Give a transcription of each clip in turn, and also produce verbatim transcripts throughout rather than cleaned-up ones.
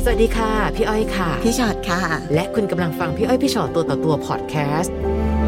สวัสดีค่ะพี่อ้อยค่ะพี่ชอตค่ะและคุณกำลังฟังพี่อ้อยพี่ชอตตัวต่อตัวพอดแคสต์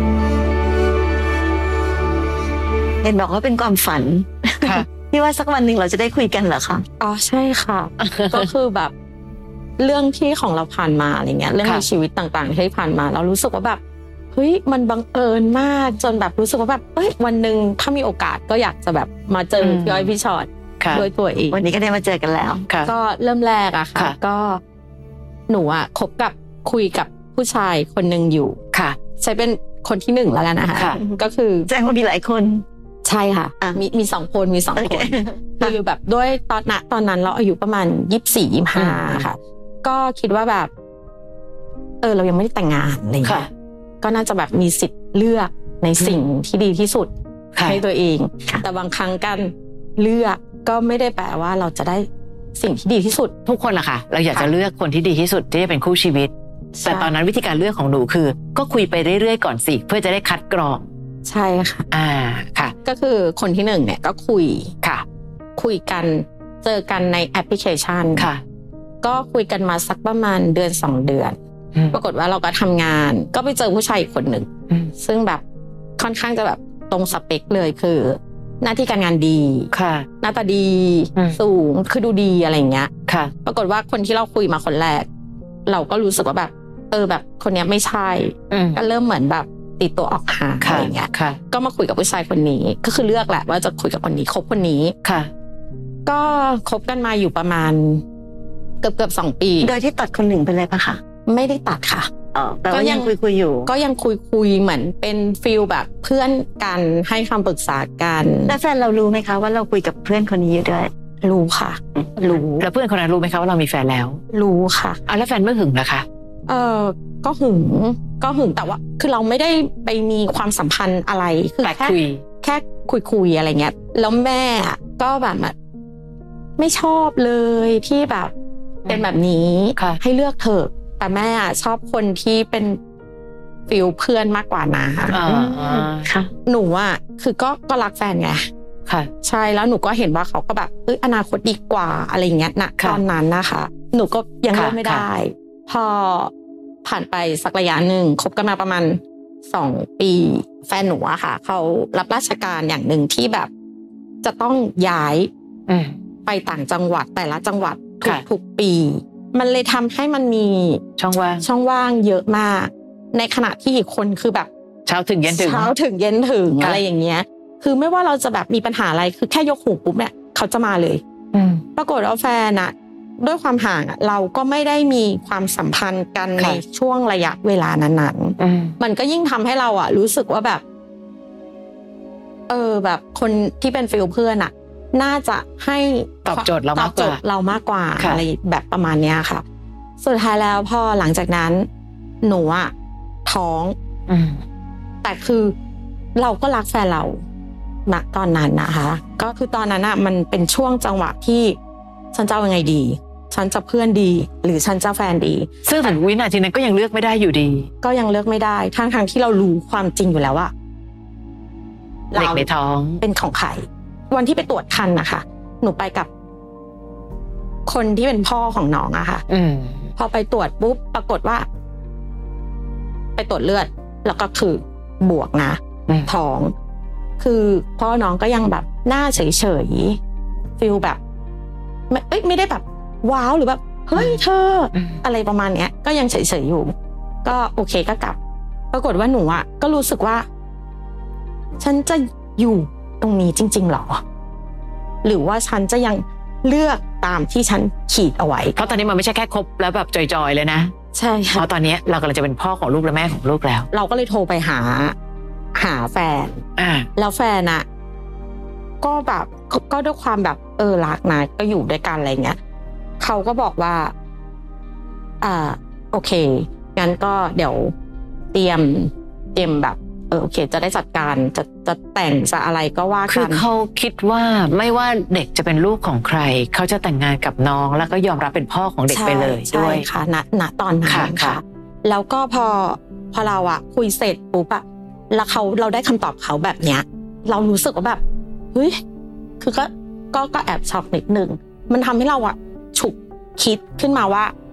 เห็นบอกว่าเป็นความฝันค่ะพี่ว่าสักวันหนึ่งเราจะได้คุยกันเหรอคะอ๋อใช่ค่ะ ก็คือแบบเรื่องที่ของเราผ่านมาอะไรเงี้ยเรื่องในชีวิตต่างๆที่ผ่านมาเรารู้สึกว่าแบบเฮ้ยมันบังเอิญมากจนแบบรู้สึกว่าแบบเอ้ยวันนึงถ้ามีโอกาสก็อยากจะแบบมาเจอพี่อ้อยพี่ชอตโดยตัวเองวันนี้ก็ได้มาเจอกันแล้วก็เริ่มแรกอะค่ะก็หนูอะคบกับคุยกับผู้ชายคนนึงอยู่ค่ะใช้เป็นคนที่หนึ่งแล้วกันนะคะก็คือแจ้งว่ามีหลายคนใช่ค่ะมีมีสองคนมีสองคนคือแบบด้วยตอนนั้นตอนนั้นเราอายุประมาณยี่สิบสี่ ยี่สิบห้าค่ะก็คิดว่าแบบเออเรายังไม่ได้แต่งงานอะไรอย่างเงี้ยก็น่าจะแบบมีสิทธิ์เลือกในสิ่งที่ดีที่สุดให้ตัวเองแต่บางครั้งการเลือกก็ไม่ได้แปลว่าเราจะได้สิ่งที่ดีที่สุดทุกคนล่ะค่ะเราอยากจะเลือกคนที่ดีที่สุดที่จะเป็นคู่ชีวิตแต่ตอนนั้นวิธีการเลือกของหนูคือก็คุยไปเรื่อยๆก่อนสิเพื่อจะได้คัดกรองใช่ค่ะอ่าค่ะก็คือคนที่หนึ่งเนี่ยก็คุยค่ะคุยกันเจอกันในแอปพลิเคชันค่ะก็คุยกันมาสักประมาณเดือนสองเดือนปรากฏว่าเราก็ทำงานก็ไปเจอผู้ชายอีกคนหนึ่งซึ่งแบบค่อนข้างจะแบบตรงสเปคเลยคือหน้าที่การงานดีค่ะหน้าตาดีสูงคือดูดีอะไรอย่างเงี้ยค่ะปรากฏว่าคนที่เราคุยมาคนแรกเราก็รู้สึกว่าแบบเออแบบคนนี้ไม่ใช่ก็เริ่มเหมือนแบบติดตัวออกห่างอะไรเงี้ยก็มาคุยกับผู้ชายคนนี้ก็คือเลือกแหละว่าจะคุยกับคนนี้คบคนนี้ค่ะก็คบกันมาอยู่ประมาณเกือบเกือบสองปีโดยที่ตัดคนหนึ่งไปเลยปะคะไม่ได้ตัดค่ะแต่ก็ยังคุยคุยอยู่ก็ยังคุยคุยเหมือนเป็นฟีลแบบเพื่อนกันให้คำปรึกษากันแล้วแฟนเรารู้ไหมคะว่าเราคุยกับเพื่อนคนนี้อยู่ด้วยรู้ค่ะรู้แล้วเพื่อนคนนั้นรู้ไหมคะว่าเรามีแฟนแล้วรู้ค่ะอ่ะแล้วแฟนไม่หึงนะคะเออก็หึงก็หึงแต่ว่าคือเราไม่ได้ไปมีความสัมพันธ์อะไรคือแค่แค่คุยคุยอะไรเงี้ยแล้วแม่ก็แบบไม่ชอบเลยที่แบบเป็นแบบนี้ให้เลือกเถอะแต่แม่ชอบคนที่เป็นฟิลเพื่อนมากกว่านะค่ะหนูอ่ะคือก็ก็รักแฟนไงค่ะใช่แล้วหนูก็เห็นว่าเขาก็แบบเอ้ยอนาคตดีกว่าอะไรอย่างเงี้ยณตอนนั้นนะคะหนูก็ยังเลือกไม่ได้พอผ่านไปสักระยะหนึ่งคบกันมาประมาณสองปีแฟนหนูอะค่ะเขารับราชการอย่างหนึ่งที่แบบจะต้องย้ายไปต่างจังหวัดแต่ละจังหวัดทุกๆปีมันเลยทำให้มันมีช่องว่างช่องว่างเยอะมากในขณะที่อีกคนคือแบบเช้าถึงเย็นถึงเช้าถึงเย็นถึงอะไรอย่างเงี้ยคือไม่ว่าเราจะแบบมีปัญหาอะไรคือแค่ยกหูปุ๊บเนี่ยเขาจะมาเลยปรากฏว่าแฟนอะด้วยความห่างเราก็ไม่ได้มีความสัมพันธ์กันในช่วงระยะเวลานั้นๆมันก็ยิ่งทำให้เราอะรู้สึกว่าแบบเออแบบคนที่เป็นฟีลเพื่อนอะน่าจะให้ตอบโจทย์เรามากกว่าเรามากกว่าอะไรแบบประมาณนี้ค่ะสุดท้ายแล้วพอหลังจากนั้นหนูอะท้องแต่คือเราก็รักแฟนเราณตอนนั้นนะคะก็คือตอนนั้นอะมันเป็นช่วงจังหวะที่ฉันจะยังไงดีฉันจะเพื่อนดีหรือฉันจะแฟนดีซึ่งถึงวินาทีนั้นก็ยังเลือกไม่ได้อยู่ดีก็ยังเลือกไม่ได้ทั้งทางที่เรารู้ความจริงอยู่แล้วว่าเด็กในท้องเป็นของใครวันที่ไปตรวจคันนะคะหนูไปกับคนที่เป็นพ่อของน้องอะค่ะพอไปตรวจปุ๊บปรากฏว่าไปตรวจเลือดแล้วก็คือบวกนะท้องคือพ่อน้องก็ยังแบบหน้าเฉยๆฟีลแบบไม่เอ้ยไม่ได้แบบว้าวหรือแบบเฮ้ยเธออะไรประมาณเนี้ยก็ยังเฉยๆอยู่ก็โอเคก็กลับปรากฏว่าหนูอ่ะก็รู้สึกว่าฉันจะอยู่ตรงนี้จริงๆหรอหรือว่าฉันจะยังเลือกตามที่ฉันขีดเอาไว้เพราะตอนนี้มันไม่ใช่แค่คบแล้วแบบจอยๆเลยนะใช่ค่ะเพราะตอนนี้เรากำลังจะเป็นพ่อของลูกและแม่ของลูกแล้วเราก็เลยโทรไปหาหาแฟนอ่าแล้วแฟนอ่ะก็แบบก็ด้วยความแบบเออรักนะก็อยู่ด้วยกันอะไรเงี้ยเขาก็บอกว่าอ่าโอเคงั้นก็เดี๋ยวเตรียมเตรียมแบบเออโอเคจะได้จัดการจะจะแต่งจะอะไรก็ว่ากันคือเขาคิดว่าไม่ว่าเด็กจะเป็นลูกของใครเขาจะแต่งงานกับน้องแล้วก็ยอมรับเป็นพ่อของเด็กไปเลยด้วยค่ะณณตอนนั้นค่ะแล้วก็พอพอเราอะคุยเสร็จปุ๊บอะแล้วเขาเราได้คำตอบเขาแบบเนี้ยเรารู้สึกว่าแบบเฮ้ยคือก็ก็ก็แอบช็อกนิดนึงมันทำให้เราอะฉุกคิดขึ้นมาว่า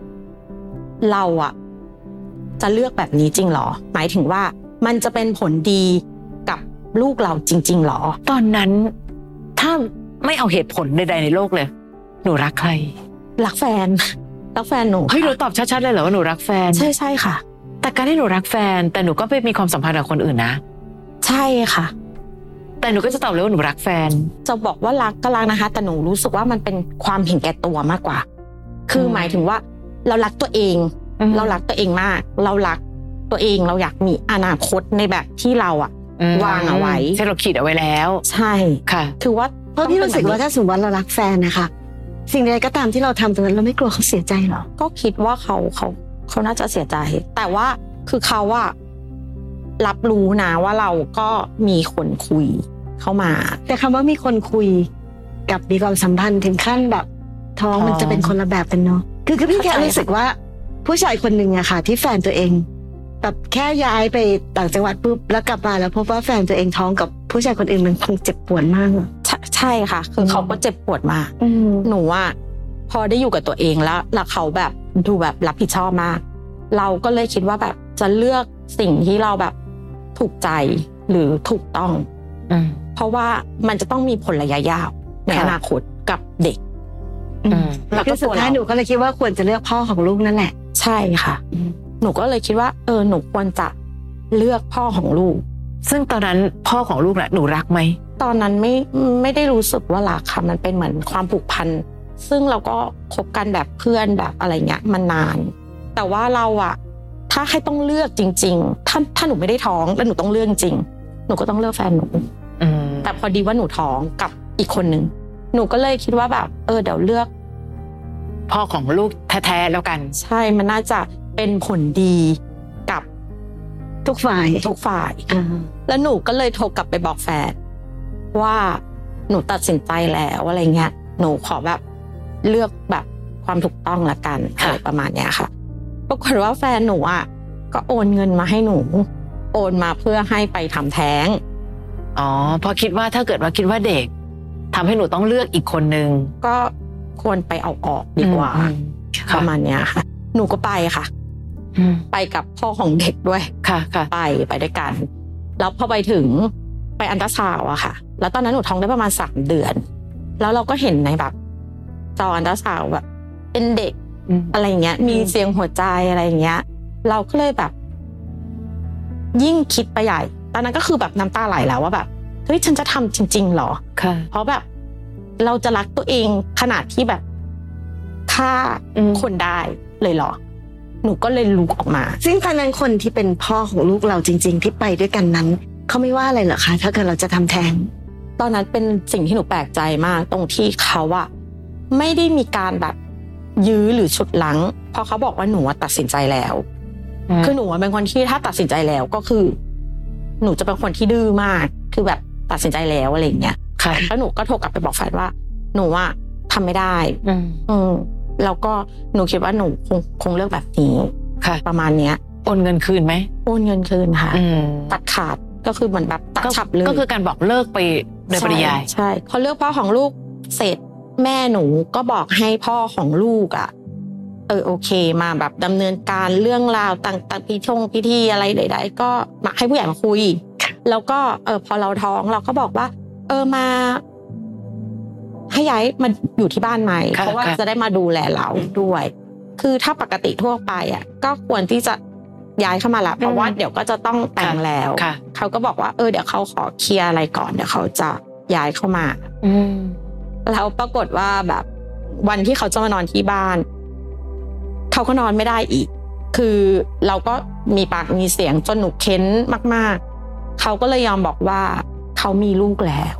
เราอะจะเลือกแบบนี้จริงหรอหมายถึงว่ามันจะเป็นผลดีกับลูกเราจริงๆหรอตอนนั้นถ้าไม่เอาเหตุผลใดๆในโลกเลยหนูรักใครรักแฟนรักแฟนหนูเฮ้ยหนูตอบชัดๆเลยเหรอว่าหนูรักแฟนใช่ใช่ค่ะแต่การที่หนูรักแฟนแต่หนูก็ไปมีความสัมพันธ์กับคนอื่นนะใช่ค่ะแต่หนูก็จะตอบเลยว่าหนูรักแฟนจะบอกว่ารักก็รักนะคะแต่หนูรู้สึกว่ามันเป็นความเห็นแก่ตัวมากกว่าคือหมายถึงว่าเรารักตัวเองเรารักตัวเองมากเรารักตัวเองเราอยากมีอนาคตในแบบที่เราอะวางเอาไว้ที่เราคิดเอาไว้แล้วใช่ค่ะคือว่าเพราะพี่รู้สึกว่าถ้าสมมติว่าเรารักแฟนนะคะสิ่งใดก็ตามที่เราทำตรงนั้นเราไม่กลัวเขาเสียใจหรอก็คิดว่าเขาเขาเขาน่าจะเสียใจแต่ว่าคือเขาว่ารับรู้นะว่าเราก็มีคนคุยเข้ามาแต่คำว่ามีคนคุยกับมีความสัมพันธ์ถึงขั้นแบบท้องมันจะเป็นคนละแบบกันเนาะคือคือพี่แค่รู้สึกว่าผู้ชายคนหนึ่งอะค่ะที่แฟนตัวเองแบบแค่ย้ายไปต่างจังหวัดปุ๊บแล้วกลับมาแล้วพบว่าแฟนตัวเองท้องกับผู้ชายคนอื่นมันคงเจ็บปวดมากใช่ค่ะคือเขาก็เจ็บปวดมากหนูว่าพอได้อยู่กับตัวเองแล้วแล้วเขาแบบดูแบบรับผิดชอบมากเราก็เลยคิดว่าแบบจะเลือกสิ่งที่เราแบบถูกใจหรือถูกต้องเพราะว่ามันจะต้องมีผลระยะยาวในอนาคตกับเด็กแล้วก็สุดท้ายหนูก็เลยคิดว่าควรจะเลือกพ่อของลูกนั่นแหละใช่ค่ะหนูก็เลยคิดว่าเออหนูควรจะเลือกพ่อของลูกซึ่งตอนนั้นพ่อของลูกน่ะหนูรักไหมตอนนั้นไม่ไม่ได้รู้สึกว่ารักค่ะมันเป็นเหมือนความผูกพันซึ่งเราก็คบกันแบบเพื่อนแบบอะไรเงี้ยมันนานแต่ว่าเราอะถ้าให้ต้องเลือกจริงๆถ้าถ้าหนูไม่ได้ท้องแล้วหนูต้องเลือกจริงหนูก็ต้องเลือกแฟนหนูแต่พอดีว่าหนูท้องกับอีกคนนึงหนูก็เลยคิดว่าแบบเออเดี๋ยวเลือกพ่อของลูกแท้ๆแล้วกันใช่มันน่าจะเป็นผลดีกับทุกฝ่ายทุกฝ่ายแล้วหนูก็เลยโทรกลับไปบอกแฟนว่าหนูตัดสินใจแล้วอะไรเงี้ยหนูขอแบบเลือกแบบความถูกต้องละกันอะไรประมาณเนี้ยค่ะปรากฏว่าแฟนหนูอ่ะก็โอนเงินมาให้หนูโอนมาเพื่อให้ไปทำแท้งอ๋อพอคิดว่าถ้าเกิดว่าคิดว่าเด็กทำให้หนูต้องเลือกอีกคนนึงก็ควรไปเอาออกดีกว่าประมาณเนี้ยค่ะหนูก็ไปค่ะไปกับพ่อของเด็กด้วยค่ะค่ะไปไปด้วยกันแล้วพอไปถึงไปอัลตราซาวด์อะค่ะแล้วตอนนั้นหนูท้องได้ประมาณสามเดือนแล้วเราก็เห็นในแบบจออัลตราซาวด์แบบเป็นเด็กอะไรเงี้ยมีเสียงหัวใจอะไรเงี้ยเราก็เลยแบบยิ่งคิดไปใหญ่ตอนนั้นก็คือแบบน้ำตาไหลแล้วว่าแบบเฮ้ยฉันจะทำจริงๆหรอค่ะเพราะแบบเราจะรักตัวเองขนาดที่แบบฆ่าคนได้เลยเหรอหนูก็เลยลุกออกมาซึ่งตอนนั้นคนที่เป็นพ่อของลูกเราจริงๆที่ไปด้วยกันนั้นเขาไม่ว่าอะไรเหรอคะถ้าเกิดเราจะทำแท้งตอนนั้นเป็นสิ่งที่หนูแปลกใจมากตรงที่เขาอะไม่ได้มีการแบบยื้อหรือฉุดรั้งเพราะเขาบอกว่าหนูตัดสินใจแล้วคือหนูเป็นคนที่ถ้าตัดสินใจแล้วก็คือหนูจะเป็นคนที่ดื้อมากคือแบบตัดสินใจแล้วอะไรอย่างเงี้ยแล้วหนูก็โทรกลับไปบอกแฟนว่าหนูอะทำไม่ได้อืมแล้วก็หนูคิดว่าหนูคงคงเลือกแบบนี้ประมาณเนี้ยโอนเงินคืนไหมโอนเงินคืนค่ะตัดขาดก็คือเหมือนแบบตัดฉับเลยก็คือการบอกเลิกไปโดยปริยายใช่พอเลือกพ่อของลูกเสร็จแม่หนูก็บอกให้พ่อของลูกอ่ะเออโอเคมาแบบดำเนินการเรื่องราวต่างๆพิธีพิธีอะไรใดๆก็มาให้ผู้ใหญ่มาคุยแล้วก็เออพอเราท้องเราก็บอกว่าเออมาให้ย้ายมาอยู่ที่บ้านใหม่เพราะว่าจะได้มาดูแลเราด้วยคือถ้าปกติทั่วไปอ่ะก็ควรที่จะย้ายเข้ามาละเพราะว่าเดี๋ยวก็จะต้องแต่งแล้วเขาก็บอกว่าเออเดี๋ยวเขาขอเคลียร์อะไรก่อนเดี๋ยวเขาจะย้ายเข้ามาแล้วปรากฏว่าแบบวันที่เขาจะมานอนที่บ้านเขาก็นอนไม่ได้อีกคือเราก็มีปากมีเสียงจนหนูเค้นมากๆเขาก็เลยยอมบอกว่าเขามีลูกแล้ว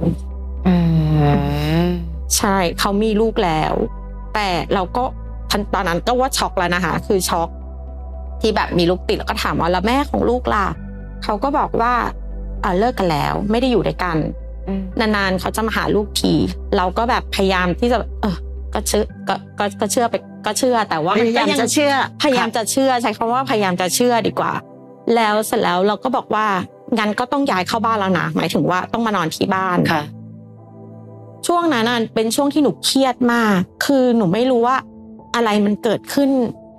ใช่เขามีลูกแล้วแต่เราก็ตอนนั้นก็ว่าช็อกแล้วนะคะคือช็อกที่แบบมีลูกติดแล้วก็ถามว่าแล้วแม่ของลูกล่ะเขาก็บอกว่าอ่าเลิกกันแล้วไม่ได้อยู่ด้วยกันนานๆเขาจะมาหาลูกทีเราก็แบบพยายามที่จะเออก็เชื่อก็ก็ก็เชื่อไปก็เชื่อแต่ว่าพยายามจะเชื่อพยายามจะเชื่อใช้คำว่าพยายามจะเชื่อดีกว่าแล้วเสร็จแล้วเราก็บอกว่างั้นก็ต้องย้ายเข้าบ้านแล้วนะหมายถึงว่าต้องมานอนที่บ้านค่ะช่วงนั้นเป็นช่วงที่หนูเครียดมากคือหนูไม่รู้ว่าอะไรมันเกิดขึ้น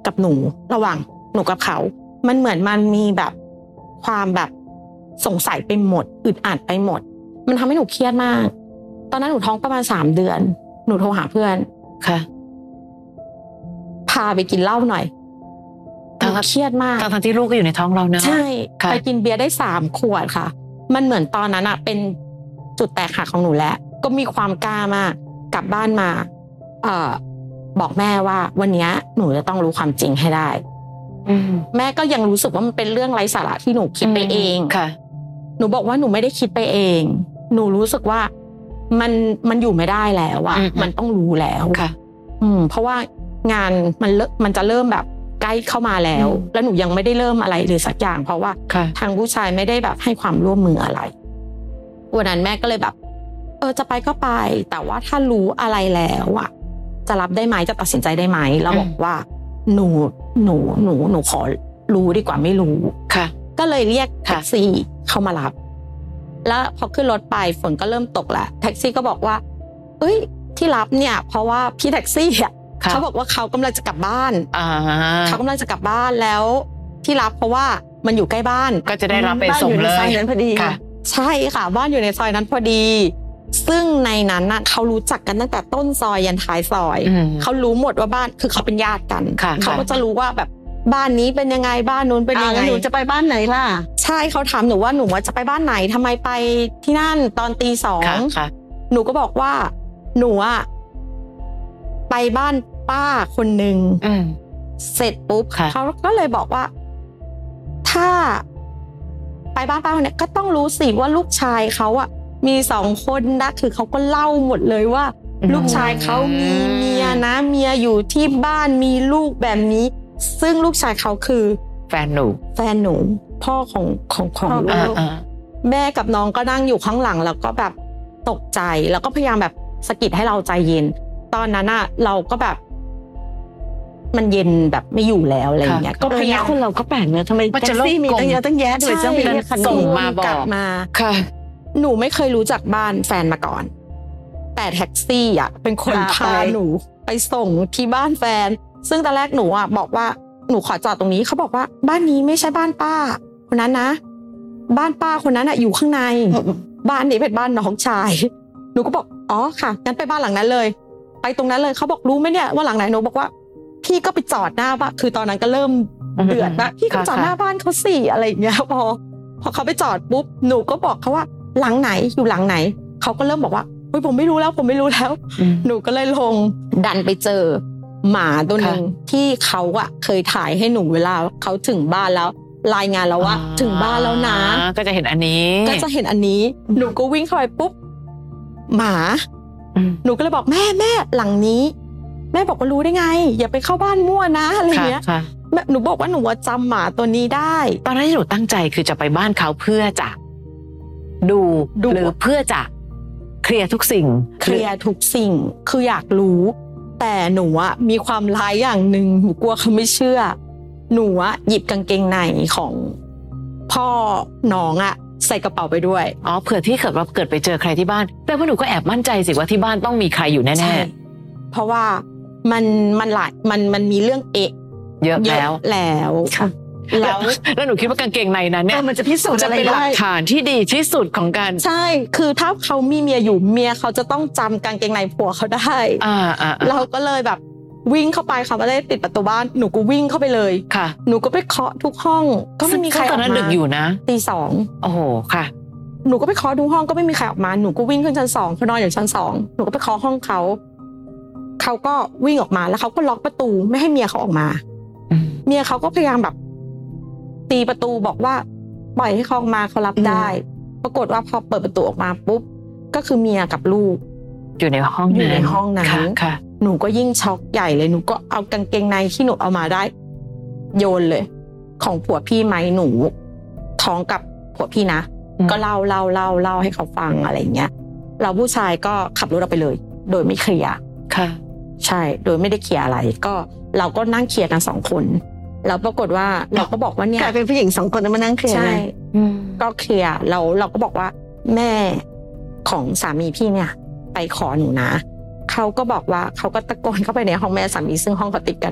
กับหนูระหว่างหนูกับเขามันเหมือนมันมีแบบความแบบสงสัยไปหมดอึดอัดไปหมดมันทำให้หนูเครียดมากตอนนั้นหนูท้องประมาณสามเดือนหนูโทรหาเพื่อนค่ะพาไปกินเหล้าหน่อยหนูเครียดมากทั้งที่ลูกก็อยู่ในท้องเราเนอะใช่ไปกินเบียร์ได้สามขวดค่ะมันเหมือนตอนนั้นอะเป็นจุดแตกหักของหนูแล้วก็มีความกล้ามากกลับบ้านมาเอ่อบอกแม่ว่าวันนี้หนูจะต้องรู้ความจริงให้ได้แม่ก็ยังรู้สึกว่ามันเป็นเรื่องไร้สาระที่หนูคิดไปเองค่ะหนูบอกว่าหนูไม่ได้คิดไปเองหนูรู้สึกว่ามันมันอยู่ไม่ได้แล้วอะมันต้องรู้แล้วค่ะอืมเพราะว่างานมันมันจะเริ่มแบบใกล้เข้ามาแล้วแล้วหนูยังไม่ได้เริ่มอะไรเลยสักอย่างเพราะว่าทางผู้ชายไม่ได้แบบให้ความร่วมมืออะไรวันนั้นแม่ก็เลยแบบเออจะไปก็ไปแต่ว่าถ้ารู้อะไรแล้วอะจะรับได้ไหมจะตัดสินใจได้ไหมแล้วบอกว่าหนูหนูหนูหนูขอรู้ดีกว่าไม่รู้ค่ะก็เลยเรียกแท็กซี่เข้ามารับแล้วพอขึ้นรถไปฝนก็เริ่มตกแล้วแท็กซี่ก็บอกว่าเอ้ยที่รับเนี่ยเพราะว่าพี่แท็กซี่อ่ะเขาบอกว่าเขากำลังจะกลับบ้านเขากำลังจะกลับบ้านแล้วที่รับเพราะว่ามันอยู่ใกล้บ้านก็จะได้รับไปส่งเลยบ้านอยู่ในซอยนั้นพอดีใช่ค่ะบ้านอยู่ในซอยนั้นพอดีซึ่งในนั้นน่ะเขารู้จักกันตั้งแต่ต้นซอยยันท้ายซอยเขารู้หมดว่าบ้านคือเขาเป็นญาติกันเขาก็จะรู้ว่าแบบบ้านนี้เป็นยังไงบ้านนู้นเป็นยังไงหนูจะไปบ้านไหนล่ะใช่เขาถามหนูว่าหนูว่าจะไปบ้านไหนทำไมไปที่นั่นตอนตีสองหนูก็บอกว่าหนูอะไปบ้านป้าคนหนึ่งเสร็จปุ๊บเขาก็เลยบอกว่าถ้าไปบ้านป้าคนนี้ก็ต้องรู้สิว่าลูกชายเขาอะมีสองคนนะคือเขาก็เล่าหมดเลยว่าลูกชายเขามีเมียนะเมียอยู่ที่บ้านมีลูกแบบนี้ซึ่งลูกชายเขาคือแฟนหนูแฟนหนูพ่อของของของลูกแม่กับน้องก็นั่งอยู่ข้างหลังแล้วก็แบบตกใจแล้วก็พยายามแบบสะกิดให้เราใจเย็นตอนนั้นอะเราก็แบบมันเย็นแบบไม่อยู่แล้วอะไรอย่างเงี้ยก็พยายามคนเราก็แปลกเนอะทำไมแท็กซี่มีตั้งเยอะตั้งแยะด้วยต้องไปเรียกคันส่งมาบอกมาค่ะหนูไม่เคยรู้จักบ้านแฟนมาก่อนแต่แท็กซี่อ่ะเป็นคนพาหนูไปส่งที่บ้านแฟนซึ่งตอนแรกหนูอ่ะบอกว่าหนูขอจอดตรงนี้เขาบอกว่าบ้านนี้ไม่ใช่บ้านป้าคนนั้นนะบ้านป้าคนนั้นอ่ะอยู่ข้างในบ้านนี้เป็นบ้านน้องชายหนูก็บอกอ๋อค่ะงั้นไปบ้านหลังนั้นเลยไปตรงนั้นเลยเขาบอกรู้ไหมเนี่ยว่าหลังไหนหนูบอกว่าพี่ก็ไปจอดหน้าบ้านคือตอนนั้นก็เริ่มเดือดนะพี่ก็จอดหน้าบ้านเขาสิอะไรอย่างเงี้ยพอพอเขาไปจอดปุ๊บหนูก็บอกเขาว่าหลังไหนอยู่หลังไหนเขาก็เริ่มบอกว่าเฮ้ยผมไม่รู้แล้วผมไม่รู้แล้วหนูก็เลยลงดันไปเจอหมาตัวนึงที่เขาอะเคยถ่ายให้หนูเวลาเขาถึงบ้านแล้วรายงานแล้วว่าถึงบ้านแล้วนะก็จะเห็นอันนี้ก็จะเห็นอันนี้หนูก็วิ่งเข้าไปปุ๊บหมาหนูก็เลยบอกแม่แม่หลังนี้แม่บอกว่ารู้ได้ไงอย่าไปเข้าบ้านมั่วนะอะไรเงี้ยหนูบอกว่าหนูจำหมาตัวนี้ได้ตอนนั้นที่หนูตั้งใจคือจะไปบ้านเขาเพื่อจะดูหรือเพื่อจะเคลียร์ทุกสิ่งเคลียร์ทุกสิ่งคืออยากรู้แต่หนูอะมีความร้ายอย่างหนึ่งหนูกลัวเขาไม่เชื่อหนูอะหยิบกางเกงในของพ่อน้องอะใส่กระเป๋าไปด้วยอ๋อเผื่อที่เกิดว่าเกิดไปเจอใครที่บ้านแต่ว่าหนูก็แอบมั่นใจสิว่าที่บ้านต้องมีใครอยู่แน่ๆเพราะว่ามันมันหลายมันมันมีเรื่องเอะเยอะแล้วแล้วแล้วแล้วหนูคิดว่ากางเกงในนั้นเนี่ยมันจะพิสูจน์อะไรได้จะเป็นหลักฐานที่ดีที่สุดของการใช่คือถ้าเขามีเมียอยู่เมียเขาจะต้องจำกางเกงในผัวเขาได้อ่าอ่าเราก็เลยแบบวิ่งเข้าไปเขาไม่ได้ปิดประตูบ้านหนูก็วิ่งเข้าไปเลยค่ะหนูก็ไปเคาะทุกห้องก็ไม่มีใครออกมาตอนนั้นดึกอยู่นะตีสองโอ้โหค่ะหนูก็ไปเคาะทุกห้องก็ไม่มีใครออกมาหนูก็วิ่งขึ้นชั้นสองเขานอนอยู่ชั้นสองหนูก็ไปเคาะห้องเขาเขาก็วิ่งออกมาแล้วเขาก็ล็อกประตูไม่ให้เมียเขาออกมาเมียเขาก็พยายามแบบตีประตูบอกว่าปล่อยให้เขาออกมาเขารับได้ปรากฏว่าพอเปิดประตูออกมาปุ๊บก็คือเมียกับลูกอยู่ในห้องอยู่ในห้องนั้นค่ะหนูก็ยิ่งช็อกใหญ่เลยหนูก็เอากางเกงในที่หนูเอามาได้โยนเลยของผัวพี่ไหมหนูท้องกับผัวพี่นะก็เล่าเล่าเล่าเล่าให้เขาฟังอะไรเงี้ยเราผู้ชายก็ขับรถออกไปเลยโดยไม่เคลียร์ค่ะใช่โดยไม่ได้เคลียร์อะไรก็เราก็นั่งเคลียร์กันสองคนแล้วปรากฏว่าเราก็บอกว่าเนี่ยกลายเป็นผู้หญิงสองคนมานั่งเคลียร์ใช่ก็เคลียร์เราเราก็บอกว่าแม่ของสามีพี่เนี่ยไปขอหนูนะเขาก็บอกว่าเขาก็ตะโกนเข้าไปในห้องแม่สามีซึ่งห้องเขาติดกันว่า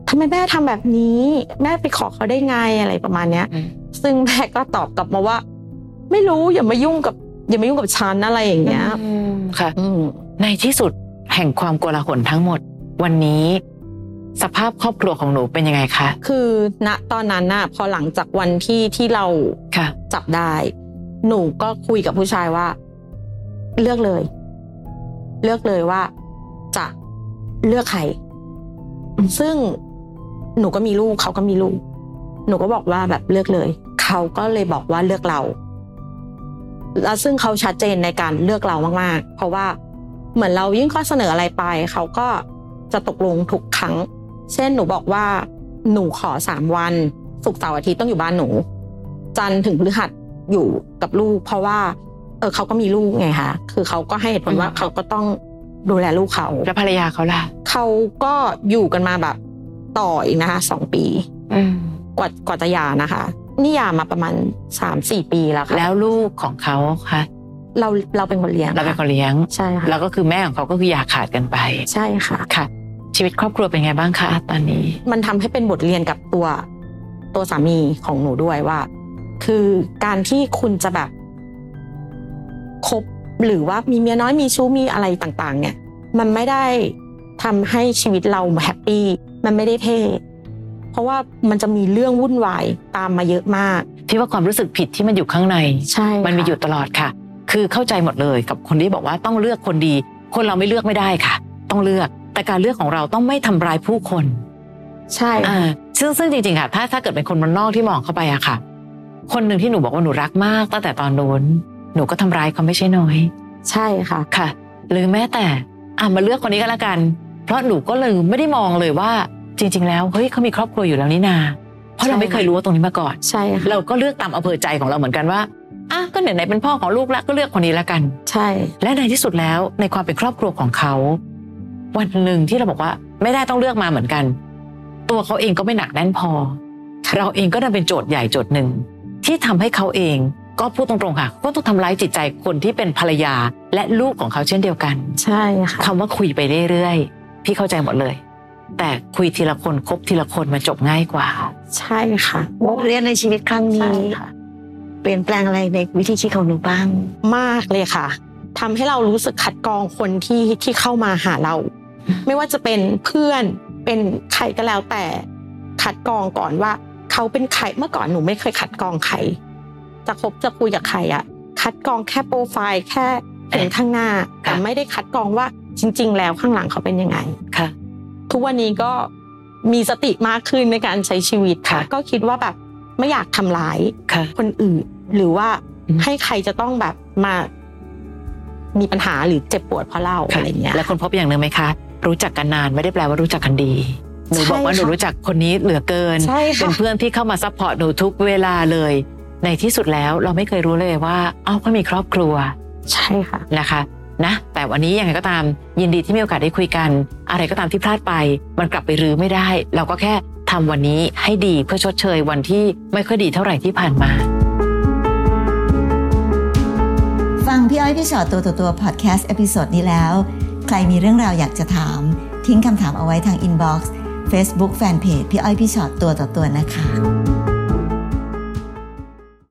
ทำไมแม่ทำแบบนี้แม่ไปขอเขาได้ไงอะไรประมาณเนี้ยซึ่งแม่ก็ตอบกลับมาว่าไม่รู้อย่ามายุ่งกับอย่ามายุ่งกับฉันอะไรอย่างเงี้ยค่ะในที่สุดแห่งความโกลาหลทั้งหมดวันนี้สภาพครอบครัวของหนูเป็นยังไงคะคือณตอนนั้นน่ะพอหลังจากวันที่ที่เราจับได้หนูก็คุยกับผู้ชายว่าเลือกเลยเลือกเลยว่าจะเลือกใครซึ่งหนูก็มีลูกเขาก็มีลูกหนูก็บอกว่าแบบเลือกเลยเขาก็เลยบอกว่าเลือกเราแล้วซึ่งเขาชัดเจนในการเลือกเรามากๆเพราะว่าเหมือนเรายื่นข้อเสนออะไรไปเขาก็จะตกลงทุกครั้งเช่นหนูบอกว่าหนูขอสามวันศุกร์เสาร์อาทิตย์ต้องอยู่บ้านหนูจันทร์ถึงพฤหัสอยู่กับลูกเพราะว่าเออเขาก็มีลูกไงคะคือเขาก็ให้เหตุผลว่าเขาก็ต้องดูแลลูกเขาแล้วภรรยาเขาล่ะเขาก็อยู่กันมาแบบต่ออีกนะคะสองปีกว่ากว่าจะหย่านะคะนี่หย่ามาประมาณ สามสี่ ปีแล้วค่ะแล้วลูกของเขาคะเราเราเป็นคนเลี้ยงเราเป็นคนเลี้ยงใช่ค่ะแล้วก็คือแม่ของเขาก็คืออย่าขาดกันไปใช่ค่ะค่ะชีวิตครอบครัวเป็นไงบ้างคะตอนนี้มันทำให้เป็นบทเรียนกับตัวตัวสามีของหนูด้วยว่าคือการที่คุณจะแบบคบหรือว่ามีเมียน้อยมีชู้มีอะไรต่างๆเนี่ยมันไม่ได้ทำให้ชีวิตเราแฮปปี้มันไม่ได้เท่เพราะว่ามันจะมีเรื่องวุ่นวายตามมาเยอะมากพี่ว่าความรู้สึกผิดที่มันอยู่ข้างในใช่มันมีอยู่ตลอดค่ะคือเข้าใจหมดเลยกับคนที่บอกว่าต้องเลือกคนดีคนเราไม่เลือกไม่ได้ค่ะต้องเลือกแต่การเลือกของเราต้องไม่ทำร้ายผู้คนใช่อ่าซึ่งซึ่งจริงๆค่ะถ้าถ้าเกิดเป็นคนบ้านนอกที่มองเข้าไปอะค่ะคนหนึ่งที่หนูบอกว่าหนูรักมากตั้งแต่ตอนโน้นหนูก็ทำร้ายเขาไม่ใช่น้อยใช่ค่ะค่ะหรือแม้แต่อ่ะมาเลือกคนนี้ก็แล้วกันเพราะหนูก็เลยไม่ได้มองเลยว่าจริงๆแล้วเฮ้ยเขามีครอบครัวอยู่แล้วนี่นาเพราะเราไม่เคยรู้ว่าตรงนี้มาก่อนใช่ค่ะเราก็เลือกตามอำเภอใจของเราเหมือนกันว่าอ่ะก็ไหนๆเป็นพ่อของลูกแล้วก็เลือกคนนี้แล้วกันใช่และในที่สุดแล้วในความเป็นครอบครัวของเขาวันหนึ่งที่เราบอกว่าไม่ได้ต้องเลือกมาเหมือนกันตัวเขาเองก็ไม่หนักแน่นพอเราเองก็ได้เป็นโจทย์ใหญ่โจทย์หนึ่งที่ทำให้เขาเองก็พูดตรงๆค่ะก็ต้องทำร้ายจิตใจคนที่เป็นภรรยาและลูกของเขาเช่นเดียวกันใช่ค่ะคำว่าคุยไปเรื่อยๆพี่เข้าใจหมดเลยแต่คุยทีละคนคบทีละคนมันจบง่ายกว่าใช่ค่ะบทเรียนในชีวิตครั้งนี้เปลี่ยนแปลงอะไรในวิธีคิดของหนูบ้างมากเลยค่ะทำให้เรารู้สึกคัดกรองคนที่ที่เข้ามาหาเราไม่ว่าจะเป็นเพื่อนเป็นใครก็แล้วแต่คัดกรองก่อนว่าเขาเป็นใครเมื่อก่อนหนูไม่เคยคัดกรองใครจะคบจะคุยกับใครอ่ะคัดกรองแค่โปรไฟล์แค่เห็นข้างหน้าแต่ไม่ได้คัดกรองว่าจริงๆแล้วข้างหลังเขาเป็นยังไงค่ะทุกวันนี้ก็มีสติมากขึ้นในการใช้ชีวิตค่ะก็คิดว่าแบบไม่อยากทำร้ายคนอื่นหรือว่าให้ใครจะต้องแบบมามีปัญหาหรือเจ็บปวดเพราะเราอะไรเงี้ยแล้วคนพบอย่างนึงไหมคะรู้จักกันนานไม่ได้แปลว่ารู้จักกันดีหนูบอกว่าหนูรู้จักคนนี้เหลือเกินเป็นเพื่อนที่เข้ามาซัพพอร์ตหนูทุกเวลาเลยในที่สุดแล้วเราไม่เคยรู้เลยว่าอ้าวเขามีครอบครัวใช่ค่ะนะคะนะแต่วันนี้ยังไงก็ตามยินดีที่มีโอกาสได้คุยกันอะไรก็ตามที่พลาดไปมันกลับไปรื้อไม่ได้เราก็แค่ทำวันนี้ให้ดีเพื่อชดเชยวันที่ไม่ค่อยดีเท่าไหร่ที่ผ่านมาฟังพี่อ้อยพี่ชอตตัวต่อตัวพอดแคสต์เอพิโซดนี้แล้วใครมีเรื่องราวอยากจะถามทิ้งคำถามเอาไว้ทางอินบ็อกซ์ Facebook Fanpage พี่อ้อยพี่ชอตตัวต่อตัวนะคะ